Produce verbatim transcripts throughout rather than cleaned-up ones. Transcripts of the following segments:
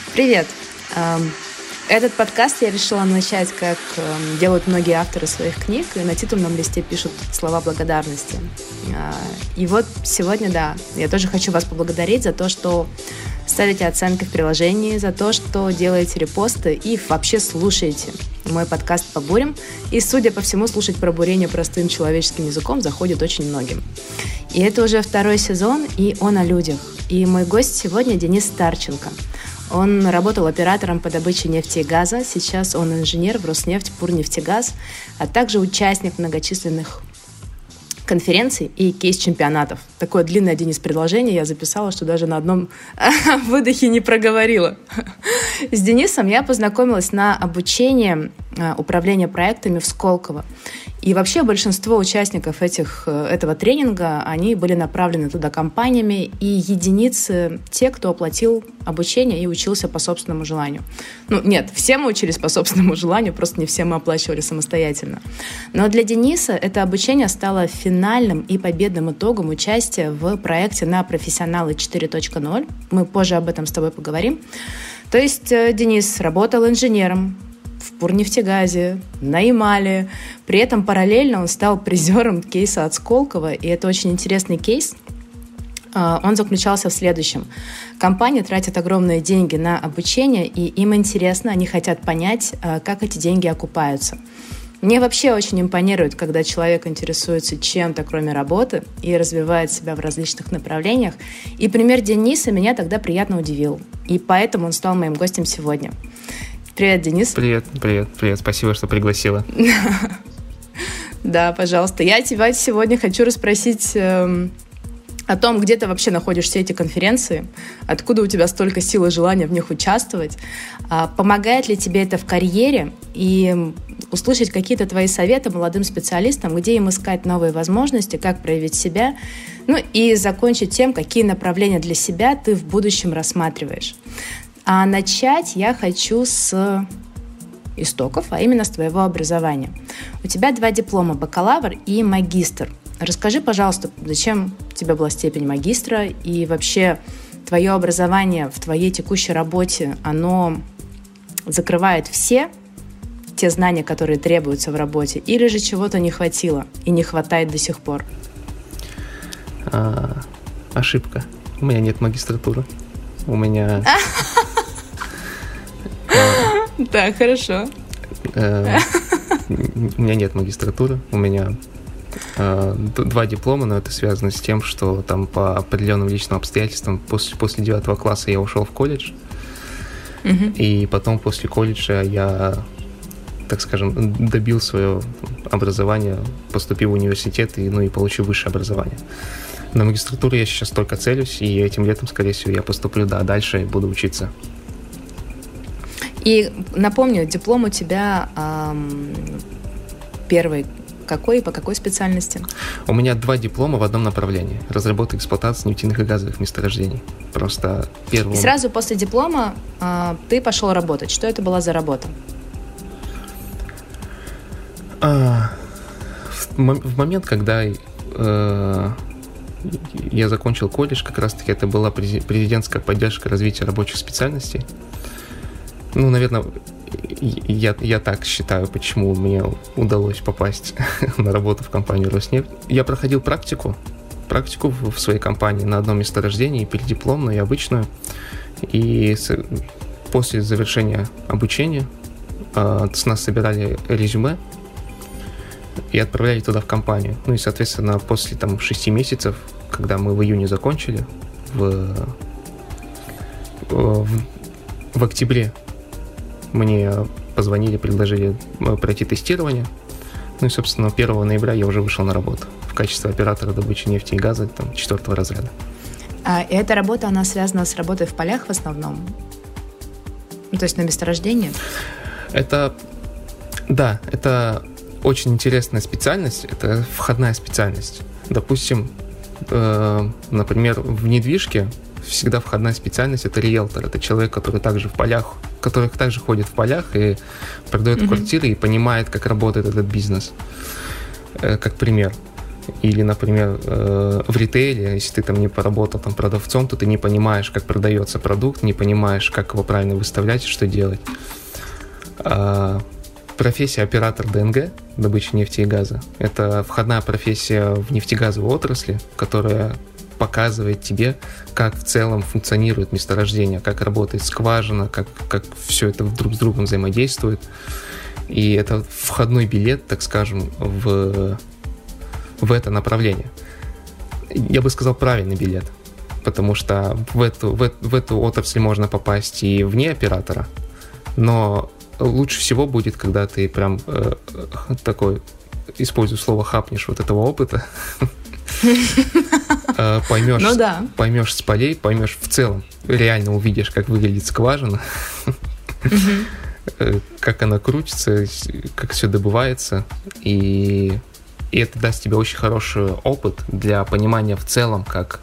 Привет! Этот подкаст я решила начать, как делают многие авторы своих книг, и на титульном листе пишут слова благодарности. И вот сегодня, да, я тоже хочу вас поблагодарить за то, что ставите оценки в приложении, за то, что делаете репосты и вообще слушаете мой подкаст по бурям. И, судя по всему, слушать про бурение простым человеческим языком заходит очень многим. И это уже второй сезон, и он о людях. И мой гость сегодня Денис Старченко. Он работал оператором по добыче нефти и газа, сейчас он инженер в Роснефть, Пурнефтегаз, а также участник многочисленных конференций и кейс-чемпионатов. Такое длинное, Денис, предложение я записала, что даже на одном выдохе не проговорила. С Денисом я познакомилась на обучении управления проектами в Сколково. И вообще большинство участников этих, этого тренинга, они были направлены туда компаниями, и единицы те, кто оплатил обучение и учился по собственному желанию. Ну, нет, все мы учились по собственному желанию, просто не все мы оплачивали самостоятельно. Но для Дениса это обучение стало финальным и победным итогом участия в проекте на профессионалы четыре точка ноль. Мы позже об этом с тобой поговорим. То есть Денис работал инженером в Пурнефтегазе, на Ямале. При этом параллельно он стал призером кейса от Сколково, и это очень интересный кейс. Он заключался в следующем. Компания тратит огромные деньги на обучение, и им интересно, они хотят понять, как эти деньги окупаются. Мне вообще очень импонирует, когда человек интересуется чем-то, кроме работы, и развивает себя в различных направлениях. И пример Дениса меня тогда приятно удивил, и поэтому он стал моим гостем сегодня. Привет, Денис. Привет, привет, привет. Спасибо, что пригласила. Да, пожалуйста. Я тебя сегодня хочу расспросить э, о том, где ты вообще находишь все эти конференции, откуда у тебя столько сил и желания в них участвовать, э, помогает ли тебе это в карьере, и услышать какие-то твои советы молодым специалистам, где им искать новые возможности, как проявить себя, ну и закончить тем, какие направления для себя ты в будущем рассматриваешь. А начать я хочу с истоков, а именно с твоего образования. У тебя два диплома, бакалавр и магистр. Расскажи, пожалуйста, зачем у тебя была степень магистра, и вообще твое образование в твоей текущей работе, оно закрывает все те знания, которые требуются в работе, или же чего-то не хватило и не хватает до сих пор? А, ошибка. У меня нет магистратуры. У меня... Да, хорошо. У меня нет магистратуры. У меня два диплома, но это связано с тем, что там по определенным личным обстоятельствам после, после девятого класса я ушел в колледж. И потом после колледжа я, так скажем, добил свое образование, поступил в университет и, ну, и получил высшее образование. На магистратуру я сейчас только целюсь, и этим летом, скорее всего, я поступлю, да, дальше буду учиться. И напомню, диплом у тебя эм, первый какой и по какой специальности? У меня два диплома в одном направлении. Разработка и эксплуатация нефтяных и газовых месторождений. Просто первый... И сразу после диплома э, ты пошел работать. Что это была за работа? А, в, в момент, когда... Э, я закончил колледж, как раз-таки это была президентская поддержка развития рабочих специальностей. Ну, наверное, я, я так считаю, почему мне удалось попасть на работу в компанию Роснефть. Я проходил практику, практику в, в своей компании на одном месторождении, передипломную и обычную. И с, после завершения обучения э, с нас собирали резюме и отправляли туда в компанию. Ну и, соответственно, после там шести месяцев, когда мы в июне закончили, в, в, в октябре мне позвонили, предложили пройти тестирование. Ну и, собственно, первого ноября я уже вышел на работу в качестве оператора добычи нефти и газа там, четвертого разряда. А эта работа, она связана с работой в полях в основном? Ну, то есть на месторождении? Это, да, это очень интересная специальность, это входная специальность. Допустим, э, например, в недвижке всегда входная специальность — это риэлтор, это человек, который также в полях, который также ходит в полях и продает mm-hmm. квартиры и понимает, как работает этот бизнес. Э, как пример. Или, например, в ритейле, если ты там не поработал там продавцом, то ты не понимаешь, как продается продукт, не понимаешь, как его правильно выставлять и что делать. Профессия оператор ДНГ, добычи нефти и газа, это входная профессия в нефтегазовой отрасли, которая показывает тебе, как в целом функционирует месторождение, как работает скважина, как, как все это друг с другом взаимодействует. И это входной билет, так скажем, в, в это направление. Я бы сказал, правильный билет, потому что в эту, в, в эту отрасль можно попасть и вне оператора, но лучше всего будет, когда ты прям э, такой, использую слово, хапнешь вот этого опыта, поймешь, ну, да. поймешь с полей, поймешь в целом, реально увидишь, как выглядит скважина, как она крутится, как все добывается, и, и это даст тебе очень хороший опыт для понимания в целом, как,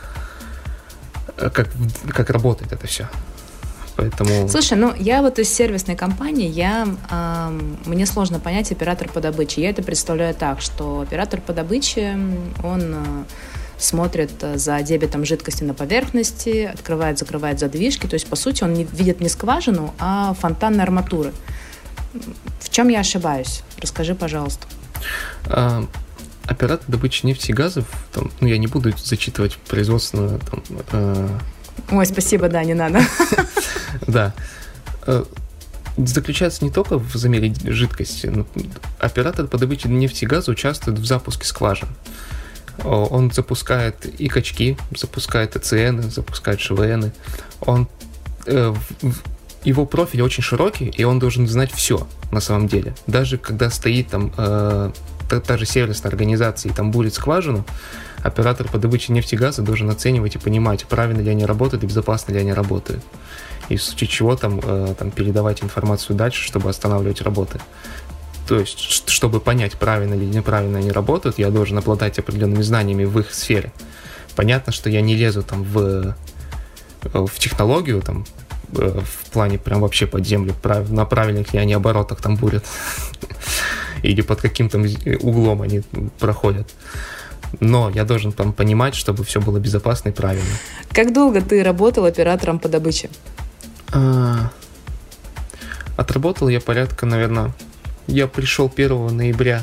как, как работает это все. Поэтому... Слушай, ну я вот из сервисной компании, я, э, мне сложно понять оператор по добыче. Я это представляю так, что оператор по добыче, он э, смотрит за дебетом жидкости на поверхности, открывает, закрывает задвижки, то есть, по сути, он не, видит не скважину, а фонтанные арматуры. В чем я ошибаюсь? Расскажи, пожалуйста. А, оператор добычи нефти и газов, там, ну я не буду зачитывать производственную... Там, э... Ой, спасибо, да, не надо. Да. Заключается не только в замере жидкости. Оператор по добыче нефти и газа участвует в запуске скважин. Он запускает и качки, запускает ЭЦНы, запускает ШВНы. Он, его профиль очень широкий, и он должен знать все на самом деле. Даже когда стоит там та, та же сервисная организация и там бурит скважину, оператор по добыче нефти и газа должен оценивать и понимать, правильно ли они работают и безопасно ли они работают. И в случае чего там, э, там передавать информацию дальше, чтобы останавливать работы. То есть, чтобы понять, правильно или неправильно они работают, я должен обладать определенными знаниями в их сфере. Понятно, что я не лезу там в, в технологию, там, в плане прям вообще под землю, на правильных ли они оборотах там бурят, или под каким-то углом они проходят. Но я должен там понимать, чтобы все было безопасно и правильно. Как долго ты работал оператором по добыче? А, отработал я порядка, наверное... Я пришел первого ноября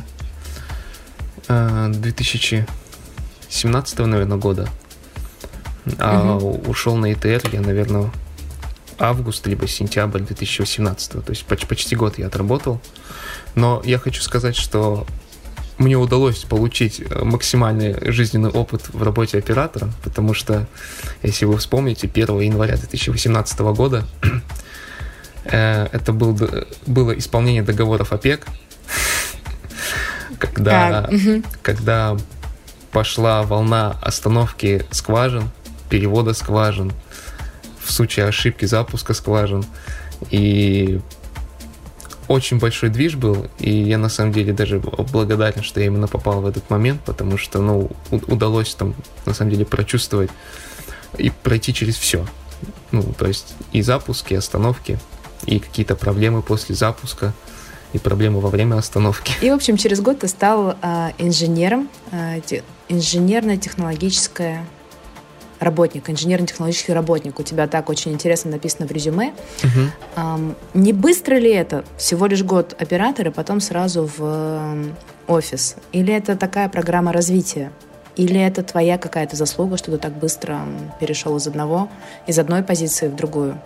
две тысячи семнадцатого, наверное, года. А угу. ушел на ИТР я, наверное, август либо сентябрь две тысячи восемнадцатого. То есть почти год я отработал. Но я хочу сказать, что мне удалось получить максимальный жизненный опыт в работе оператора, потому что, если вы вспомните, первого января две тысячи восемнадцатого года это был, было исполнение договоров ОПЕК, когда, когда пошла волна остановки скважин, перевода скважин, в случае ошибки запуска скважин. И очень большой движ был, и я на самом деле даже благодарен, что я именно попал в этот момент, потому что, ну, удалось там, на самом деле, прочувствовать и пройти через все. Ну, то есть и запуски, и остановки, и какие-то проблемы после запуска, и проблемы во время остановки. И, в общем, через год ты стал э, инженером, э, инженерно-технологическое работник, инженерно-технологический работник. У тебя так очень интересно написано в резюме. Uh-huh. Um, не быстро ли это? Всего лишь год оператора, потом сразу в um, офис? Или это такая программа развития? Или это твоя какая-то заслуга, что ты так быстро um, перешел из одного, из одной позиции в другую?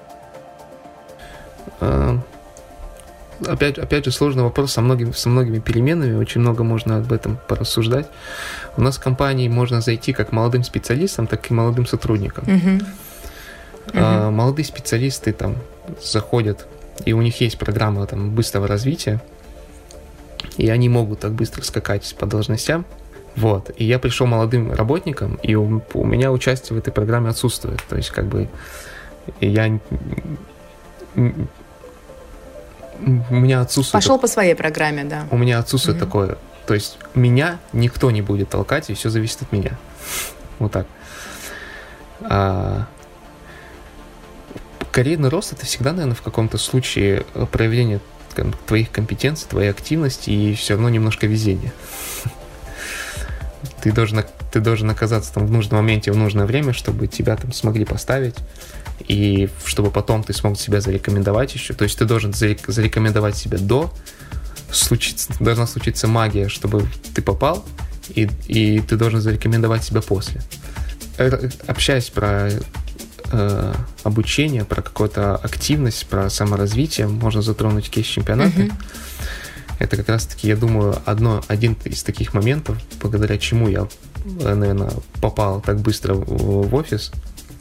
Uh, опять, опять же, сложный вопрос со многими, со многими переменами. Очень много можно об этом порассуждать. У нас в компании можно зайти как молодым специалистам, так и молодым сотрудникам. Uh-huh. Uh-huh. Uh, молодые специалисты там заходят, и у них есть программа там быстрого развития, и они могут так быстро скакать по должностям. Вот. И я пришел молодым работником, и у, у меня участие в этой программе отсутствует. То есть, как бы, я... У меня отсутствует... Пошел по своей программе, да. У меня отсутствует mm-hmm. такое. То есть меня никто не будет толкать, и все зависит от меня. Вот так. А... Карьерный рост — это всегда, наверное, в каком-то случае проявление твоих компетенций, твоей активности и все равно немножко везения. ты должен, ты должен оказаться там в нужном моменте, в нужное время, чтобы тебя там смогли поставить, и чтобы потом ты смог себя зарекомендовать еще. То есть ты должен зарекомендовать себя до, случится, должна случиться магия, чтобы ты попал, и, и ты должен зарекомендовать себя после. Общаясь про э, обучение, про какую-то активность, про саморазвитие, можно затронуть кейс-чемпионаты. Mm-hmm. Это как раз-таки, я думаю, одно, один из таких моментов, благодаря чему я, наверное, попал так быстро в, в офис,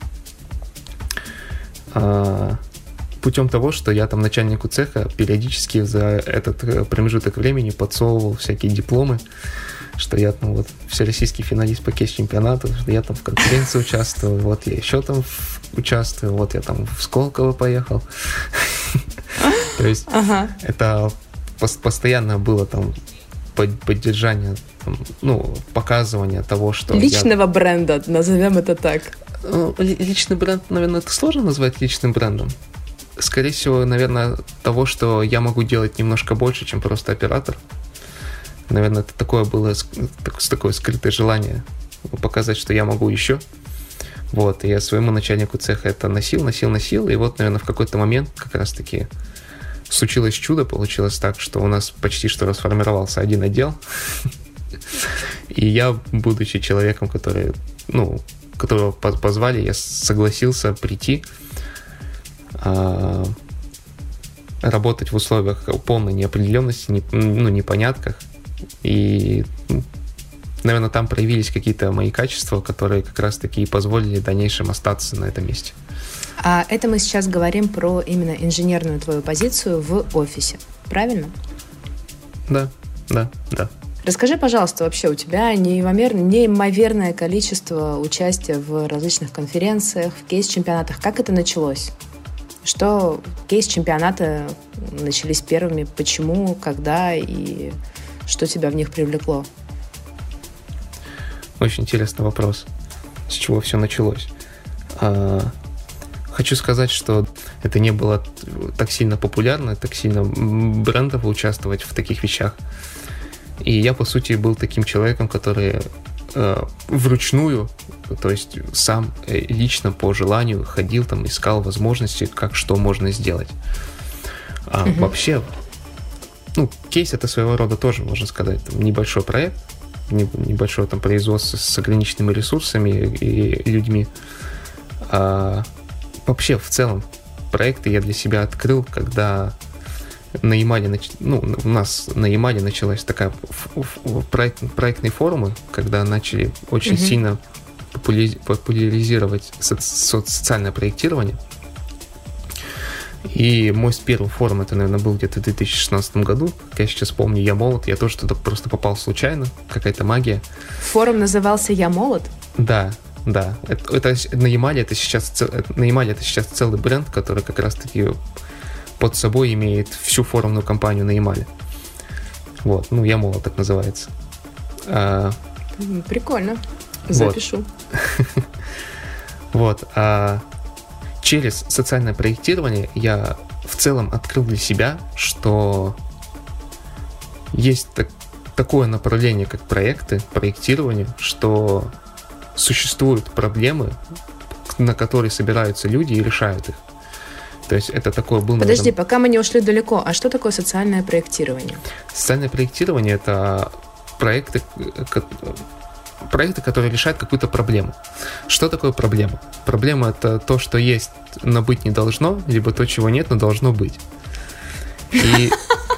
а, путем того, что я там начальнику цеха периодически за этот промежуток времени подсовывал всякие дипломы, что я там вот всероссийский финалист по кейс-чемпионату, что я там в конференции участвую, вот я еще там участвую, вот я там в Сколково поехал. То есть это постоянно было там поддержание, там, ну, показывание того, что... Личного я... бренда, назовем это так. Личный бренд, наверное, это сложно назвать личным брендом. Скорее всего, наверное, того, что я могу делать немножко больше, чем просто оператор. Наверное, это такое было, такое скрытое желание показать, что я могу еще. Вот, и я своему начальнику цеха это носил, носил, носил, и вот, наверное, в какой-то момент как раз-таки случилось чудо, получилось так, что у нас почти что расформировался один отдел, и я, будучи человеком, который, ну, которого позвали, я согласился прийти, а, работать в условиях полной неопределенности, не, ну, непонятках, и, наверное, там проявились какие-то мои качества, которые как раз-таки и позволили в дальнейшем остаться на этом месте. А это мы сейчас говорим про именно инженерную твою позицию в офисе, правильно? Да, да, да. Расскажи, пожалуйста, вообще у тебя неимоверное, неимоверное количество участия в различных конференциях, в кейс-чемпионатах. Как это началось? Что кейс-чемпионаты начались первыми? Почему, когда и что тебя в них привлекло? Очень интересный вопрос. С чего все началось? Хочу сказать, что это не было так сильно популярно, так сильно брендово участвовать в таких вещах. И я, по сути, был таким человеком, который э, вручную, то есть сам э, лично по желанию ходил, там, искал возможности, как что можно сделать. А mm-hmm. вообще, ну, кейс это своего рода тоже, можно сказать, там, небольшой проект, не, небольшое там производство с ограниченными ресурсами и людьми. А вообще, в целом, проекты я для себя открыл, когда на Ямале, ну, у нас на Ямале началась такая проект, проектные форумы, когда начали очень mm-hmm. сильно популяризировать соци- социальное проектирование. И мой первый форум, это, наверное, был где-то в две тысячи шестнадцатом году. Как я сейчас помню, «Я молод». Я тоже туда просто попал случайно. Какая-то магия. Форум назывался «Я молод»? Да, да. Это, это, на Ямале это сейчас, на Ямале это сейчас целый бренд, который как раз-таки под собой имеет всю форумную компанию на Ямале. Вот, ну, «Я молод» так называется. А, Прикольно. Запишу. Вот. А через социальное проектирование я в целом открыл для себя, что есть так, такое направление, как проекты, проектирование, что существуют проблемы, на которые собираются люди и решают их. То есть это такое было... Подожди, наверное... пока мы не ушли далеко. А что такое социальное проектирование? Социальное проектирование — это проекты, проекты, которые решают какую-то проблему. Что такое проблема? Проблема — это то, что есть, но быть не должно, либо то, чего нет, но должно быть. И...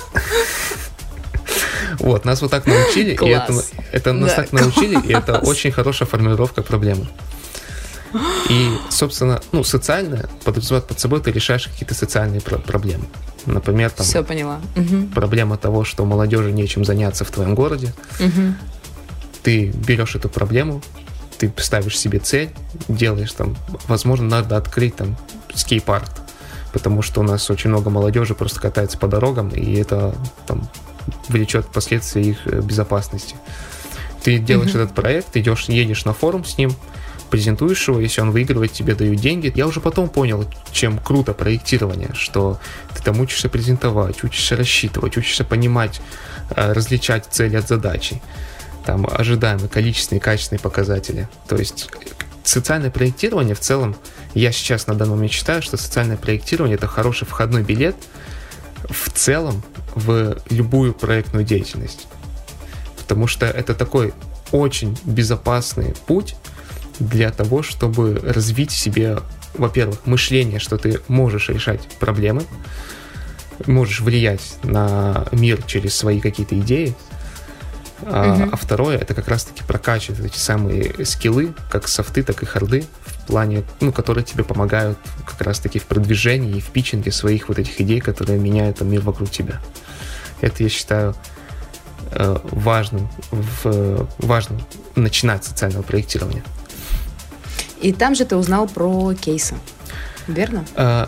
Вот, нас вот так научили, и это, это нас да, так класс. научили, и это очень хорошая формулировка проблемы. И, собственно, ну, социальное подразумевает под собой, ты решаешь какие-то социальные про- проблемы. Например, там, Все поняла. Угу. проблема того, что молодежи нечем заняться в твоем городе. Угу. Ты берешь эту проблему, ты ставишь себе цель, делаешь там, возможно, надо открыть там скейт-парк, потому что у нас очень много молодежи просто катается по дорогам, и это там влечет последствия их безопасности. Ты делаешь uh-huh. этот проект, идешь, едешь на форум с ним, презентуешь его, если он выигрывает, тебе дают деньги. Я уже потом понял, чем круто проектирование, что ты там учишься презентовать, учишься рассчитывать, учишься понимать, различать цель от задачи. там ожидаемые количественные и качественные показатели. То есть социальное проектирование в целом, я сейчас на данный момент считаю, что социальное проектирование — это хороший входной билет в целом в любую проектную деятельность. Потому что это такой очень безопасный путь для того, чтобы развить в себе, во-первых, мышление, что ты можешь решать проблемы, можешь влиять на мир через свои какие-то идеи. А, uh-huh. а второе, это как раз-таки прокачивать эти самые скиллы, как софты, так и харды, в плане, ну, которые тебе помогают как раз-таки в продвижении и в питчинге своих вот этих идей, которые меняют там, мир вокруг тебя. Это, я считаю, важным, важным начинать социальное проектирование. И там же ты узнал про кейсы, верно? А,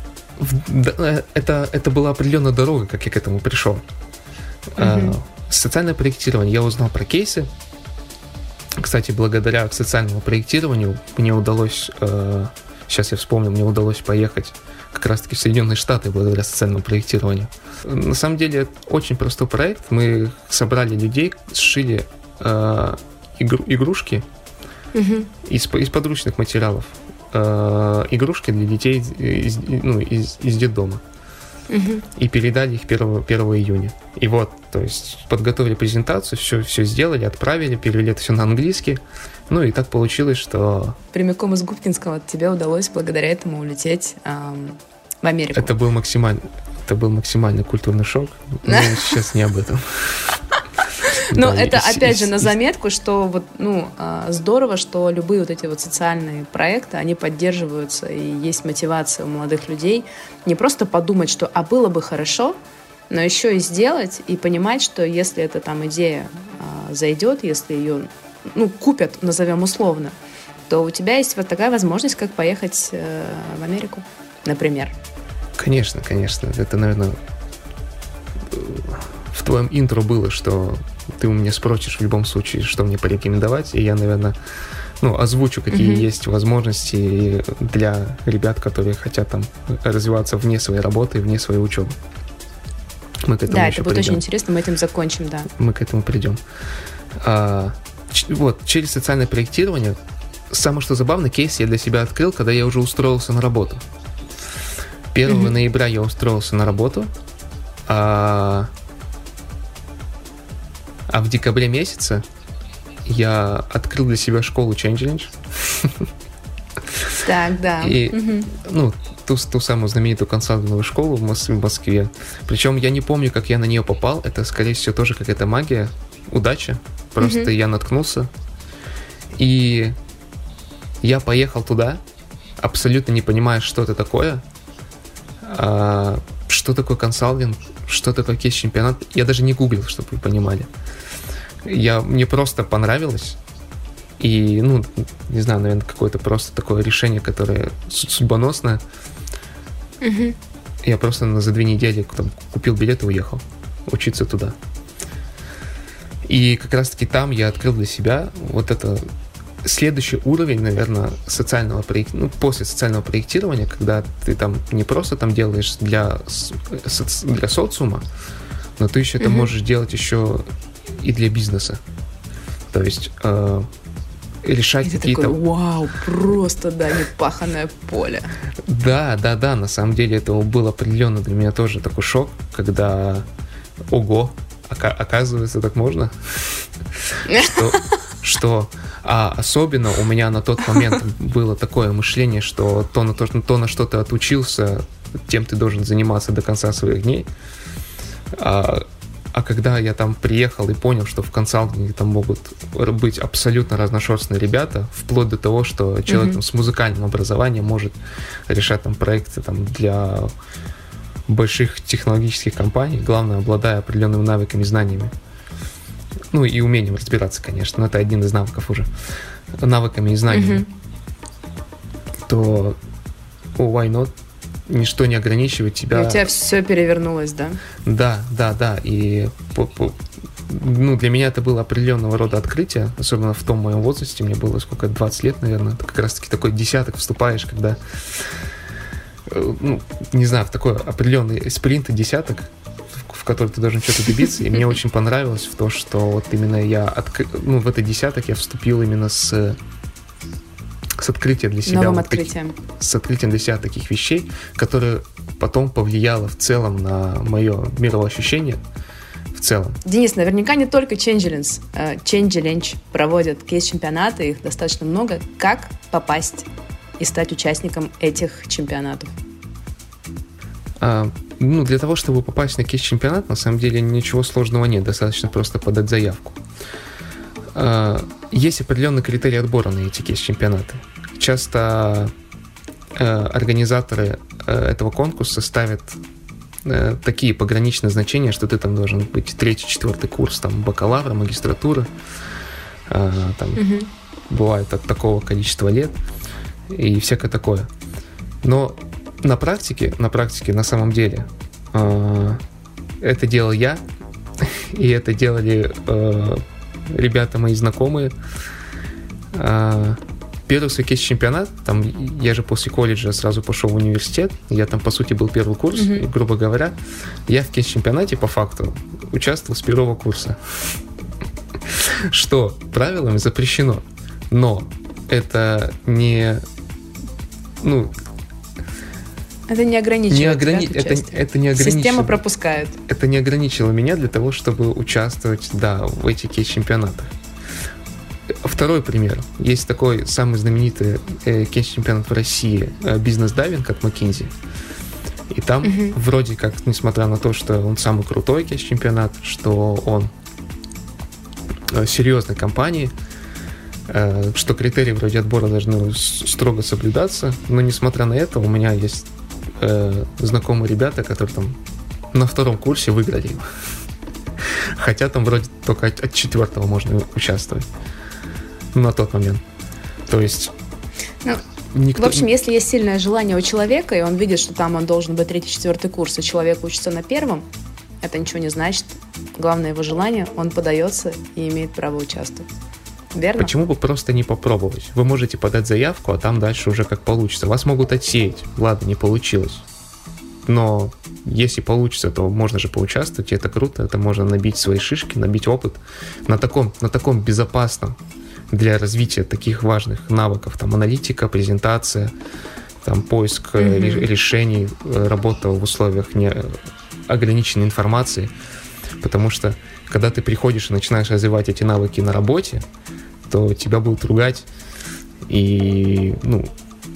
это, это была определенная дорога, как я к этому пришел. Uh-huh. А, социальное проектирование. Я узнал про кейсы. Кстати, благодаря социальному проектированию мне удалось, э, сейчас я вспомнил, мне удалось поехать как раз-таки в Соединенные Штаты благодаря социальному проектированию. На самом деле, очень простой проект. Мы собрали людей, сшили э, игру, игрушки uh-huh. из, из подручных материалов. Э, игрушки для детей из, ну, из, из детдома. Uh-huh. И передали их первого июня. И вот, то есть, подготовили презентацию, все, все сделали, отправили, перевели это все на английский. Ну и так получилось, что... Прямиком из Губкинского тебе удалось благодаря этому улететь эм, в Америку. Это был максимально, это был максимальный культурный шок. Но сейчас не об этом. Но да, это, и, опять и, же, на заметку, что вот, ну, здорово, что любые вот эти вот социальные проекты, они поддерживаются, и есть мотивация у молодых людей не просто подумать, что «а было бы хорошо», но еще и сделать, и понимать, что если эта там идея а, зайдет, если ее, ну, купят, назовем условно, то у тебя есть вот такая возможность, как поехать э, в Америку, например. Конечно, конечно. Это, наверное, в твоем интро было, что ты у меня спросишь в любом случае, что мне порекомендовать, и я, наверное, ну, озвучу, какие mm-hmm. есть возможности для ребят, которые хотят там развиваться вне своей работы, вне своей учебы. Мы к этому да, еще это будет придем. Очень интересно, мы этим закончим, да. Мы к этому придем. А, ч- вот, через социальное проектирование, самое что забавно, кейс я для себя открыл, когда я уже устроился на работу. первого mm-hmm. ноября я устроился на работу, а, а в декабре месяце я открыл для себя школу Changelinge. Так, да. И, mm-hmm. ну, Ту, ту самую знаменитую консалтинговую школу в Москве, в Москве. Причем я не помню, как я на нее попал. Это, скорее всего, тоже какая-то магия, удача. Просто mm-hmm. я наткнулся. И я поехал туда, абсолютно не понимая, что это такое. А, что такое консалтинг, что такое кейс-чемпионат. Я даже не гуглил, чтобы вы понимали. Я, мне просто понравилось. И, ну, не знаю, наверное, какое-то просто такое решение, которое судьбоносное. Uh-huh. Я просто за две недели там, купил билет и уехал учиться туда. И как раз-таки там я открыл для себя вот это следующий уровень, наверное, социального проектирования, ну, после социального проектирования, когда ты там не просто там делаешь для, для социума, но ты еще uh-huh. это можешь делать еще и для бизнеса. То есть... Э, решать и ты какие-то... такой, вау, просто, да, непаханное поле. Да, да, да, на самом деле это был определенно для меня тоже такой шок, когда, ого, оказывается, так можно? Что, что а особенно у меня на тот момент было такое мышление, что то на, то, то, на что ты отучился, тем ты должен заниматься до конца своих дней. А, А когда я там приехал и понял, что в консалтинге там могут быть абсолютно разношерстные ребята, вплоть до того, что человек mm-hmm. там, с музыкальным образованием может решать там проекты там, для больших технологических компаний, главное, обладая определенными навыками и знаниями. Ну и умением разбираться, конечно, но это один из навыков уже. Навыками и знаниями. Mm-hmm. То oh, why not? Ничто не ограничивает тебя. И у тебя все перевернулось, да? Да, да, да. И ну, для меня это было определенного рода открытие, особенно в том моем возрасте. Мне было сколько, двадцать лет, наверное. Это как раз-таки такой десяток вступаешь, когда, ну, не знаю, в такой определенный спринт и десяток, в которой ты должен что-то добиться, и мне очень понравилось в то, что вот именно я отк... ну, в этот десяток я вступил именно с, с открытия для себя. Новым вот открытием. Таки... С открытием для себя таких вещей, которые потом повлияло в целом на мое мировоощущение в целом. Денис, наверняка не только Changelings, Changelinch проводят кейс-чемпионаты, их достаточно много. Как попасть и стать участником этих чемпионатов? А, ну, для того, чтобы попасть на кейс-чемпионат, на самом деле ничего сложного нет, достаточно просто подать заявку. А, есть определенные критерии отбора на эти кейс-чемпионаты. Часто а, организаторы а, этого конкурса ставят а, такие пограничные значения, что ты там должен быть третий, четвертый курс там, бакалавра, магистратура, а, там, угу. бывает от такого количества лет и всякое такое. Но На практике, на практике, на самом деле, э, это делал я, и это делали э, ребята мои знакомые. Э, первый свой кейс-чемпионат, там, я же после колледжа сразу пошел в университет, я там, по сути, был первый курс, mm-hmm. и, грубо говоря, я в кейс-чемпионате, по факту, участвовал с первого курса. Что правилами запрещено, но это не... ну, Это не ограничивает не ограни... это, это не ограничило... Система пропускает. Это не ограничило меня для того, чтобы участвовать, да, в этих кейс-чемпионатах. Второй пример. Есть такой самый знаменитый э, кейс-чемпионат в России, э, бизнес-дайвинг от McKinsey. И там угу. вроде как, несмотря на то, что он самый крутой кейс-чемпионат, что он э, серьезной компании, э, что критерии вроде отбора должны строго соблюдаться, но несмотря на это у меня есть знакомые ребята, которые там на втором курсе выиграли его. Хотя там вроде только от, от четвертого можно участвовать. На тот момент. То есть... Ну, никто... В общем, если есть сильное желание у человека, и он видит, что там он должен быть третий, четвертый курс, и человек учится на первом, это ничего не значит. Главное его желание, он подается и имеет право участвовать. Верно? Почему бы просто не попробовать? Вы можете подать заявку, а там дальше уже как получится. Вас могут отсеять. Ладно, не получилось. Но если получится, то можно же поучаствовать, и это круто. Это можно набить свои шишки, набить опыт на таком, на таком безопасном для развития таких важных навыков. Там аналитика, презентация, там поиск mm-hmm. решений, работа в условиях неограниченной информации. Потому что когда ты приходишь и начинаешь развивать эти навыки на работе, то тебя будут ругать, и, ну...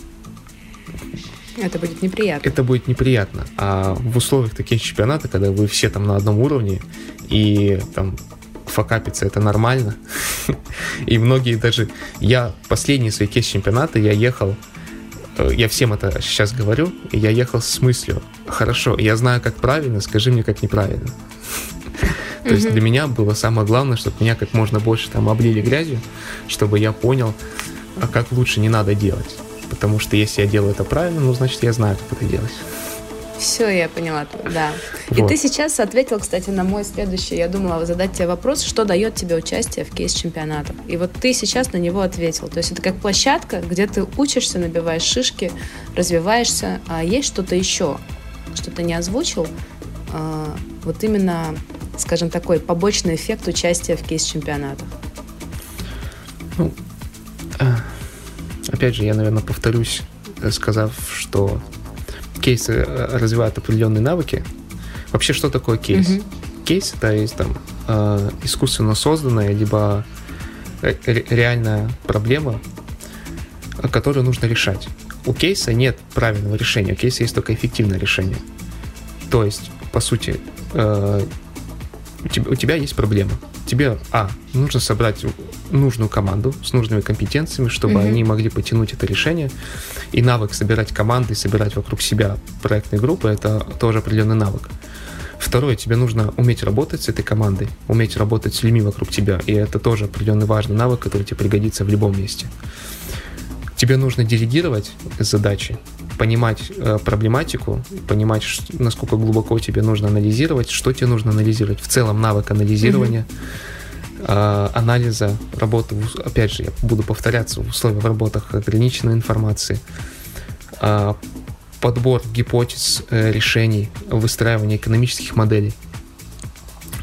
Это будет неприятно. Это будет неприятно. А в условиях таких чемпионатов, когда вы все там на одном уровне, и там факапиться это нормально, и многие даже... Я последние свои кейс-чемпионаты, я ехал, я всем это сейчас говорю, и я ехал с мыслью: хорошо, я знаю, как правильно, скажи мне, как неправильно. То есть для меня было самое главное, чтобы меня как можно больше там облили грязью, чтобы я понял, а как лучше не надо делать. Потому что если я делаю это правильно, ну, значит, я знаю, как это делать. Все, я поняла, да. Вот. И ты сейчас ответил, кстати, на мой следующий, я думала задать тебе вопрос, что дает тебе участие в кейс-чемпионатах. И вот ты сейчас на него ответил. То есть это как площадка, где ты учишься, набиваешь шишки, развиваешься. А есть что-то еще, что ты не озвучил? А, вот именно... скажем, такой побочный эффект участия в кейс-чемпионатах? Ну, опять же, я, наверное, повторюсь, сказав, что кейсы развивают определенные навыки. Вообще, что такое кейс? Угу. Кейс — это есть там искусственно созданная, либо реальная проблема, которую нужно решать. У кейса нет правильного решения, у кейса есть только эффективное решение. То есть, по сути, У тебя, у тебя есть проблема. Тебе, а, нужно собрать нужную команду с нужными компетенциями, чтобы mm-hmm. они могли потянуть это решение. И навык собирать команды, собирать вокруг себя проектные группы — это тоже определенный навык. Второе, тебе нужно уметь работать с этой командой, уметь работать с людьми вокруг тебя. И это тоже определенный важный навык, который тебе пригодится в любом месте. Тебе нужно делегировать задачи, понимать э, проблематику, понимать, ш- насколько глубоко тебе нужно анализировать, что тебе нужно анализировать. В целом навык анализирования, mm-hmm. э, анализа, работы, в, опять же, я буду повторяться, в условиях в работах ограниченной информации, э, подбор гипотез, э, решений, выстраивание экономических моделей.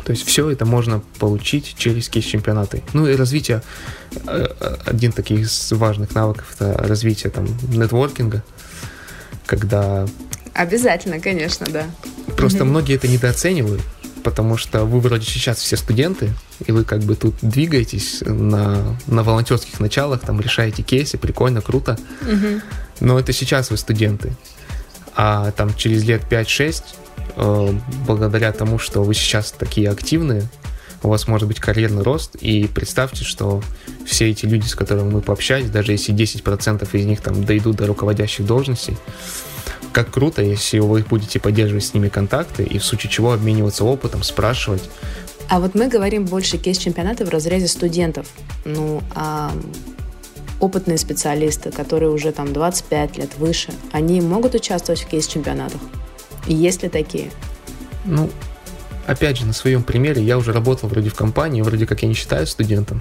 То есть все это можно получить через кейс-чемпионаты. Ну и развитие, один таких из важных навыков, это развитие там нетворкинга, когда... Обязательно, конечно, да. Просто угу. многие это недооценивают, потому что вы вроде сейчас все студенты, и вы как бы тут двигаетесь на, на волонтерских началах, там решаете кейсы, прикольно, круто. Угу. Но это сейчас вы студенты. А там через лет пять-шесть, э, благодаря тому, что вы сейчас такие активные, у вас может быть карьерный рост, и представьте, что все эти люди, с которыми мы пообщались, даже если десять процентов из них там дойдут до руководящих должностей, как круто, если вы будете поддерживать с ними контакты и в случае чего обмениваться опытом, спрашивать. А вот мы говорим больше кейс-чемпионаты в разрезе студентов. Ну, а опытные специалисты, которые уже там двадцать пять лет выше, они могут участвовать в кейс-чемпионатах? И есть ли такие? Ну, опять же, на своем примере, я уже работал вроде в компании, вроде как я не считаю студентом.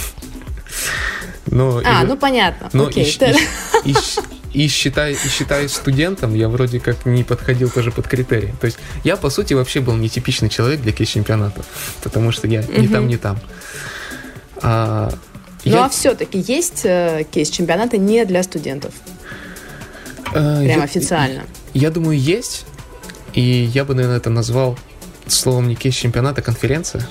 Но а, из... ну понятно. Но Окей. И, и, и, и, считая, и считая студентом, я вроде как не подходил тоже под критерии. То есть я, по сути, вообще был нетипичный человек для кейс-чемпионатов, потому что я ни там, ни там. А, ну я... а все-таки есть э, кейс-чемпионаты не для студентов? А, Прям я, официально. Я, я думаю, есть. И я бы, наверное, это назвал словом не кейс-чемпионат, а конференция.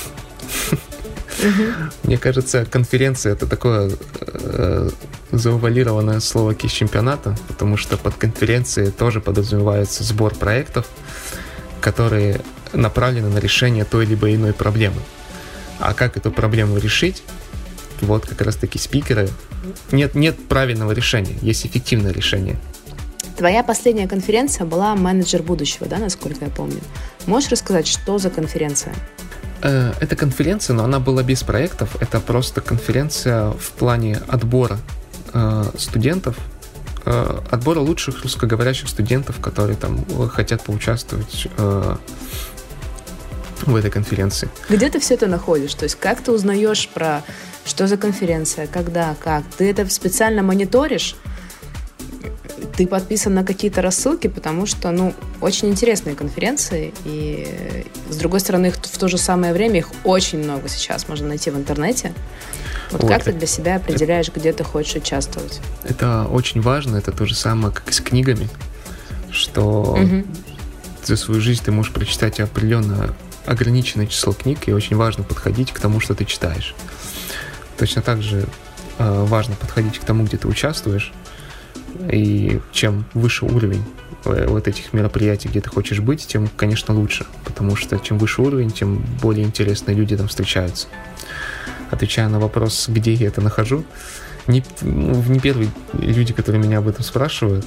Uh-huh. Мне кажется, конференция — это такое э, заувалированное слово кейс-чемпионата, потому что под конференцией тоже подразумевается сбор проектов, которые направлены на решение той либо иной проблемы. А как эту проблему решить? Вот как раз-таки спикеры. Нет, нет правильного решения, есть эффективное решение. Твоя последняя конференция была «Менеджер будущего», да, насколько я помню. Можешь рассказать, что за конференция? Это конференция, но она была без проектов. Это просто конференция в плане отбора э, студентов, э, отбора лучших русскоговорящих студентов, которые там хотят поучаствовать э, в этой конференции. Где ты все это находишь? То есть как ты узнаешь про что за конференция, когда, как? Ты это специально мониторишь? Ты подписан на какие-то рассылки, потому что, ну, очень интересные конференции, и, с другой стороны, их в то же самое время их очень много сейчас можно найти в интернете. Вот, вот как это, ты для себя определяешь, где ты хочешь участвовать? Это очень важно, это то же самое, как и с книгами, что угу. за свою жизнь ты можешь прочитать определенное ограниченное число книг, и очень важно подходить к тому, что ты читаешь. Точно так же э, важно подходить к тому, где ты участвуешь. И чем выше уровень вот этих мероприятий, где ты хочешь быть, тем, конечно, лучше. Потому что чем выше уровень, тем более интересные люди там встречаются. Отвечая на вопрос, где я это нахожу, не, ну, не первые люди, которые меня об этом спрашивают.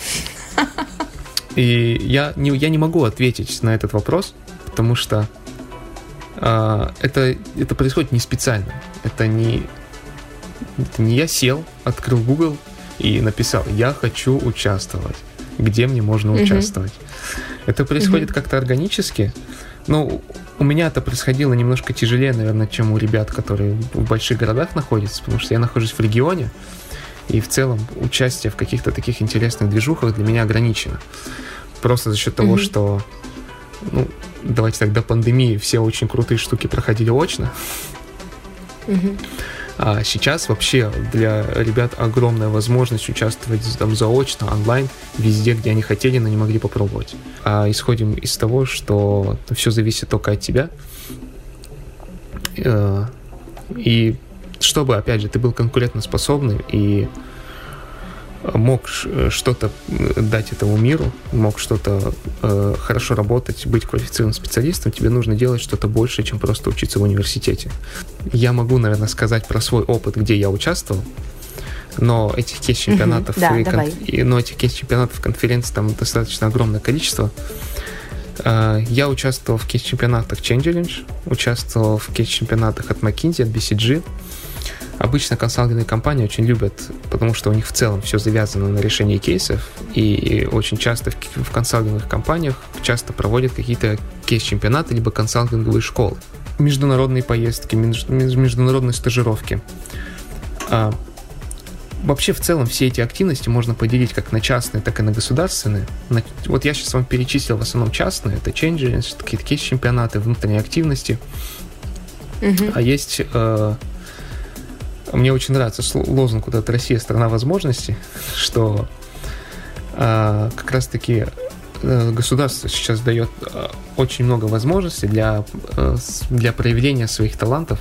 И я не, я не могу ответить на этот вопрос, потому что э, это, это происходит не специально. Это не, это не я сел, открыл Google и написал: я хочу участвовать. Где мне можно uh-huh. участвовать? Это происходит uh-huh. как-то органически. Ну, у меня это происходило немножко тяжелее, наверное, чем у ребят, которые в больших городах находятся, потому что я нахожусь в регионе, и в целом участие в каких-то таких интересных движухах для меня ограничено. Просто за счет того, uh-huh. что, ну, давайте так, до пандемии все очень крутые штуки проходили очно. Uh-huh. А сейчас вообще для ребят огромная возможность участвовать там заочно, онлайн, везде, где они хотели, но не могли попробовать. А исходим из того, что все зависит только от тебя. И чтобы, опять же, ты был конкурентоспособным и мог что-то дать этому миру, мог что-то э, хорошо работать, быть квалифицированным специалистом, тебе нужно делать что-то большее, чем просто учиться в университете. Я могу, наверное, сказать про свой опыт, где я участвовал, но этих кейс-чемпионатов, uh-huh. да, и кон- и, но этих кейс-чемпионатов, конференций там достаточно огромное количество. Э, я участвовал в кейс-чемпионатах Change, участвовал в кейс-чемпионатах от McKinsey, от би си джи. Обычно консалтинговые компании очень любят, потому что у них в целом все завязано на решении кейсов, и очень часто в, в консалтинговых компаниях часто проводят какие-то кейс-чемпионаты, либо консалтинговые школы. Международные поездки, меж, международные стажировки. А, вообще в целом все эти активности можно поделить как на частные, так и на государственные. На, вот я сейчас вам перечислил в основном частные. Это Change, какие-то кейс-чемпионаты, внутренние активности. Uh-huh. А есть... Э, мне очень нравится лозунг вот этот «Россия – страна возможностей», что э, как раз-таки э, государство сейчас дает э, очень много возможностей для, э, для проявления своих талантов.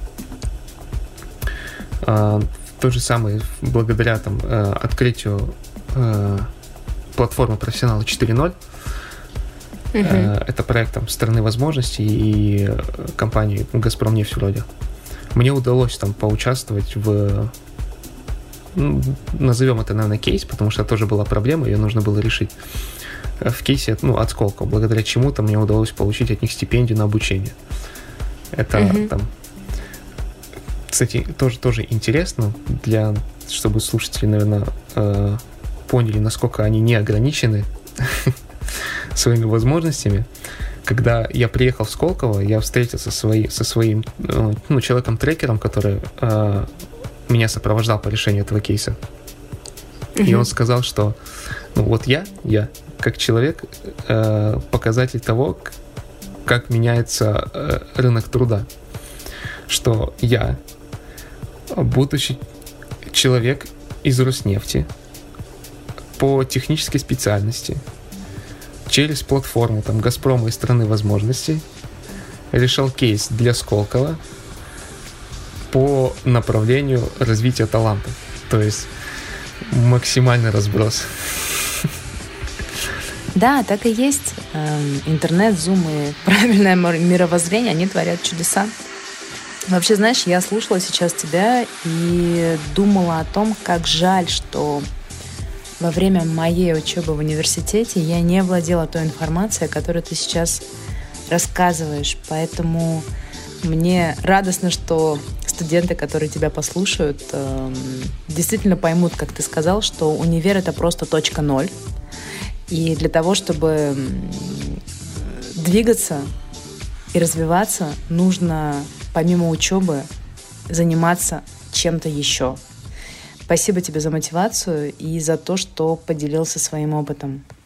Э, то же самое благодаря там, э, открытию э, платформы «Профессионалы четыре ноль». Uh-huh. Э, это проект там, «Страны возможностей» и э, компании «Газпромнефть» вроде. Мне удалось там поучаствовать в, ну, назовем это, наверное, кейс, потому что тоже была проблема, ее нужно было решить. В кейсе, ну, от Сколково, благодаря чему-то мне удалось получить от них стипендию на обучение. Это uh-huh. там, кстати, тоже, тоже интересно, для, чтобы слушатели, наверное, э, поняли, насколько они не ограничены своими возможностями. Когда я приехал в Сколково, я встретился со, свои, со своим ну, человеком-трекером, который э, меня сопровождал по решению этого кейса. Uh-huh. И он сказал, что ну, вот я, я, как человек, э, показатель того, как меняется э, рынок труда. Что я, будучи человек из Роснефти, по технической специальности, через платформу там, «Газпрома» и «Страны возможностей» решал кейс для Сколково по направлению развития талантов. То есть максимальный разброс. Да, так и есть. Интернет, зум и правильное мировоззрение, они творят чудеса. Вообще, знаешь, я слушала сейчас тебя и думала о том, как жаль, что во время моей учебы в университете я не владела той информацией, о которой ты сейчас рассказываешь. Поэтому мне радостно, что студенты, которые тебя послушают, действительно поймут, как ты сказал, что универ — это просто точка ноль. И для того, чтобы двигаться и развиваться, нужно помимо учебы заниматься чем-то еще. Спасибо тебе за мотивацию и за то, что поделился своим опытом.